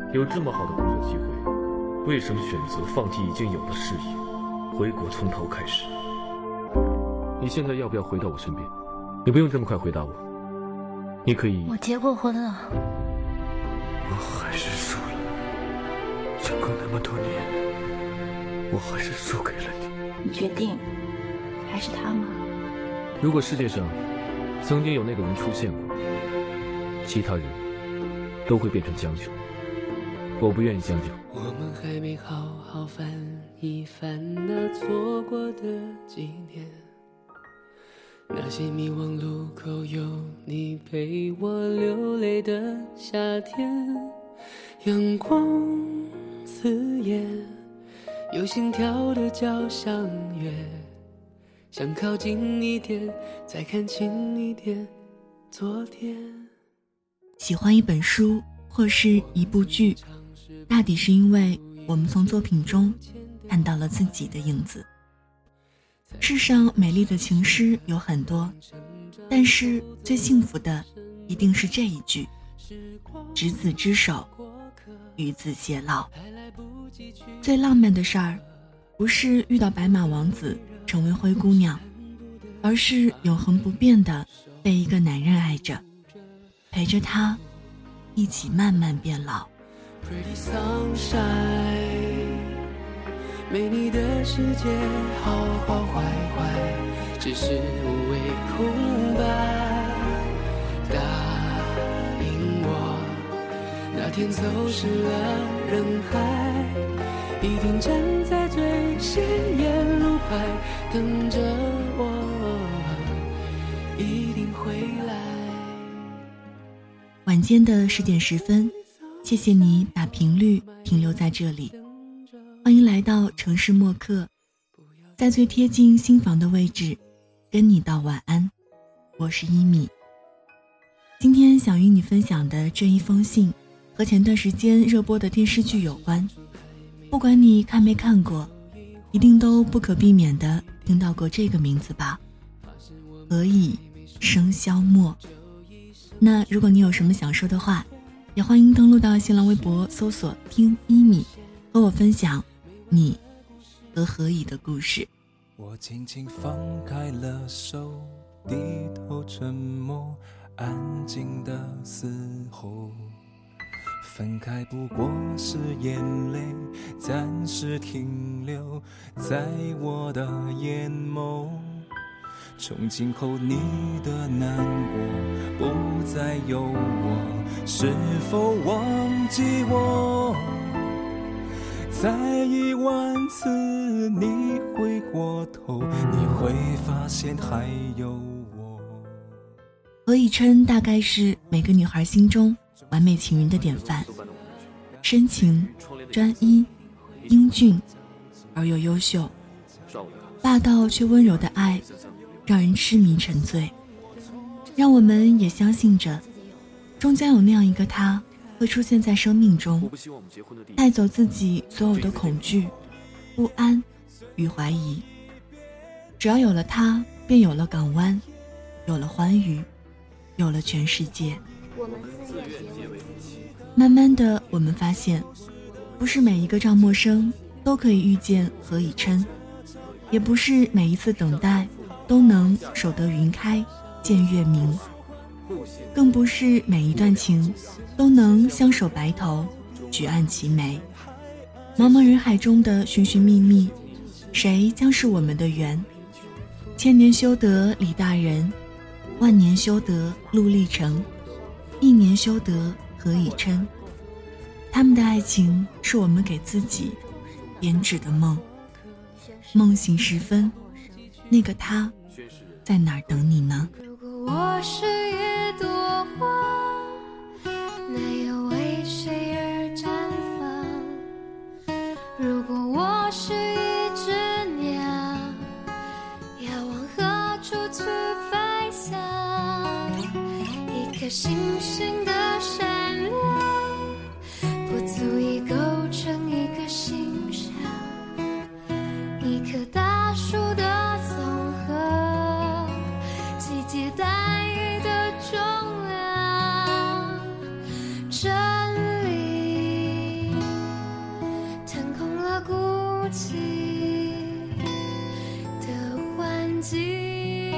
有这么好的工作机会，为什么选择放弃已经有的事业，回国从头开始？你现在要不要回到我身边？你不用这么快回答我，你可以…… 我结过婚了。 我还是输了，经过那么多年，我还是输给了你。 你决定还是他吗？ 如果世界上曾经有那个人出现过，其他人都会变成将就，我不愿意将就。 我们还没好好翻一翻那错过的几年，那些迷惘路口有你陪我流泪的夏天，阳光刺眼，有心跳的交响乐，想靠近一点，再看清一点昨天。 喜欢一本书或是一部剧，大抵是因为我们从作品中看到了自己的影子。世上美丽的情诗有很多，但是最幸福的一定是这一句：执子之手，与子偕老。最浪漫的事儿，不是遇到白马王子成为灰姑娘，而是永恒不变的被一个男人爱着，陪着他一起慢慢变老。 Pretty sunshine， 没你的世界好好坏坏，只是无谓空白。答应我，那天走失了人海，一定站在最显眼路牌等着我，一定回来。 晚间的10点10分，谢谢你把频率停留在这里，欢迎来到城市默客，在最贴近心房的位置跟你道晚安，我是一米。今天想与你分享的这一封信和前段时间热播的电视剧有关，不管你看没看过，一定都不可避免地听到过这个名字吧，何以笙箫默。那如果你有什么想说的话，也欢迎登录到新浪微博搜索听一米，和我分享你和何以的故事。 我轻轻放开了手，低头沉默，安静的嘶吼。分开不过是眼泪暂时停留在我的眼眸，从今后你的难过不再有我，是否忘记我？再10000次你回过头，你会发现还有我。 何以琛大概是每个女孩心中完美情人的典范，深情、专一、英俊而又优秀，霸道却温柔的爱让人痴迷沉醉，让我们也相信着终将有那样一个他会出现在生命中，带走自己所有的恐惧、不安与怀疑。只要有了他，便有了港湾，有了欢愉，有了全世界。慢慢的，我们发现不是每一个赵默笙都可以遇见何以琛，也不是每一次等待都能守得云开见月明，更不是每一段情都能相守白头举案齐眉。茫茫人海中的寻寻觅觅，谁将是我们的缘？千年修得李大人，万年修得陆励成，1年修得何以琛。他们的爱情是我们给自己编织的梦，梦醒时分，那个他在哪儿等你呢？ 如果我是一朵花，那要为谁而绽放？如果我是一只鸟，要往何处去飞翔？一颗星星的闪亮，不足以构成一个欣赏，一棵大树的总和，季节单一的重量，真理记。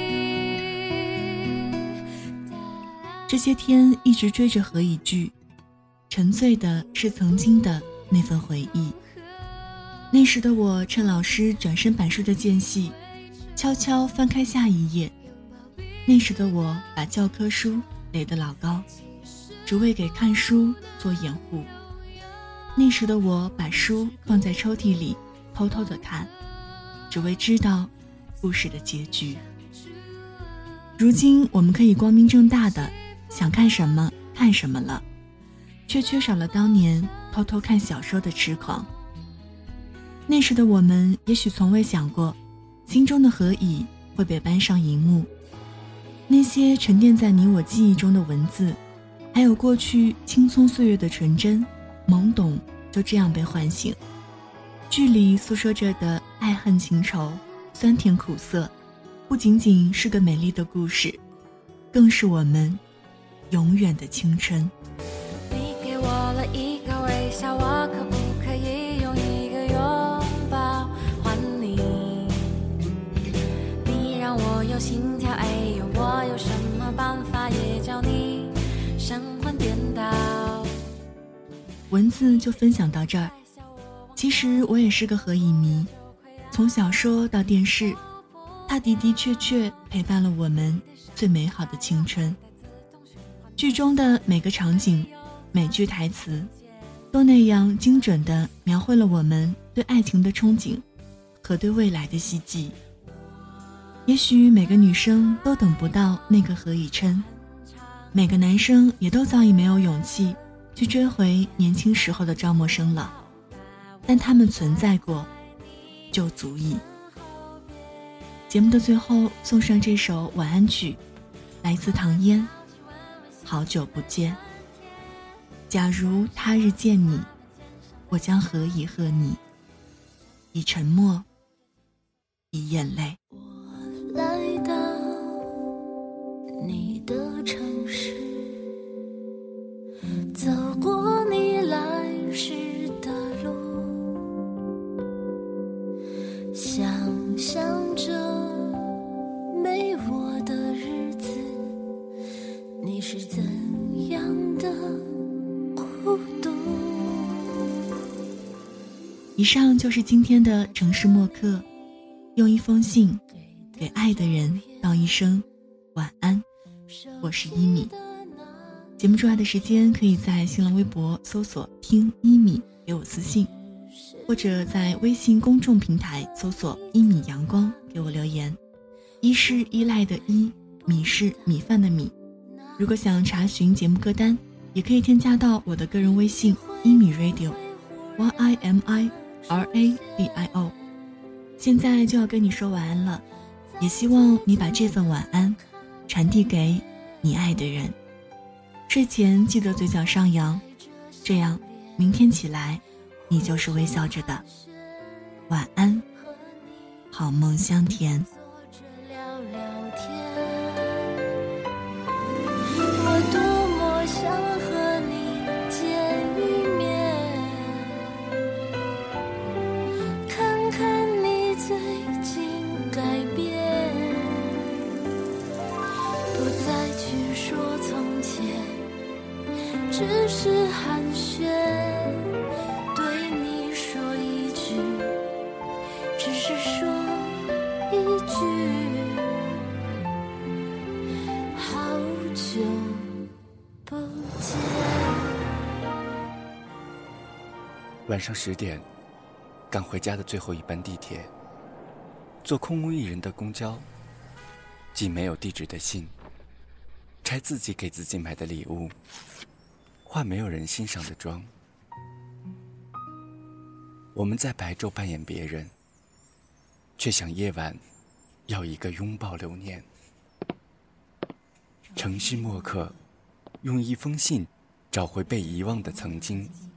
这些天一直追着何以剧，沉醉的是曾经的那份回忆。那时的我趁老师转身板书的间隙，悄悄翻开下一页。那时的我把教科书垒得老高，只为给看书做掩护。那时的我把书放在抽屉里偷偷地看，只为知道故事的结局。如今我们可以光明正大的想看什么看什么了，却缺少了当年偷偷看小说的痴狂。那时的我们也许从未想过，心中的何以会被搬上荧幕。那些沉淀在你我记忆中的文字，还有过去青葱岁月的纯真懵懂，就这样被唤醒。剧里诉说着的爱恨情仇，酸甜苦涩，不仅仅是个美丽的故事，更是我们永远的青春。 你给我了一个微笑，我可不可以用一个拥抱还你？你让我有心跳，哎呦，我有什么办法也叫你神魂颠倒。 文字就分享到这儿。其实我也是个何以迷，从小说到电视，它的的确确陪伴了我们最美好的青春。剧中的每个场景，每句台词，都那样精准地描绘了我们对爱情的憧憬和对未来的希冀。也许每个女生都等不到那个何以琛，每个男生也都早已没有勇气去追回年轻时候的赵默笙了，但他们存在过就足矣。节目的最后送上这首晚安曲，来自唐嫣，好久不见。假如他日见你，我将何以贺你？以沉默，以眼泪。 我来到你的城市，走过你来时的路，想象着没我的日子，你是怎样的孤独。 以上就是今天的城市默客，用一封信给爱的人道一声晚安。我是一米。节目之外的时间，可以在新浪微博搜索听一米给我私信，或者在微信公众平台搜索一米阳光给我留言。一是依赖的依，米是米饭的米。如果想查询节目歌单，也可以添加到我的个人微信一米 radio YIMIRADIO。 现在就要跟你说晚安了，也希望你把这份晚安传递给你爱的人。睡前记得嘴角上扬，这样明天起来你就是微笑着的。晚安，好梦香甜。 我多么想和你见一面，看看你最近改变，不再去说从前，只是寒暄，对你说一句，只是说一句，好久不见。 晚上10点，赶回家的最后一班地铁，坐空无一人的公交，寄没有地址的信，拆自己给自己买的礼物，化没有人欣赏的妆。我们在白昼扮演别人，却想夜晚要一个拥抱留念。城市默客，用一封信找回被遗忘的曾经。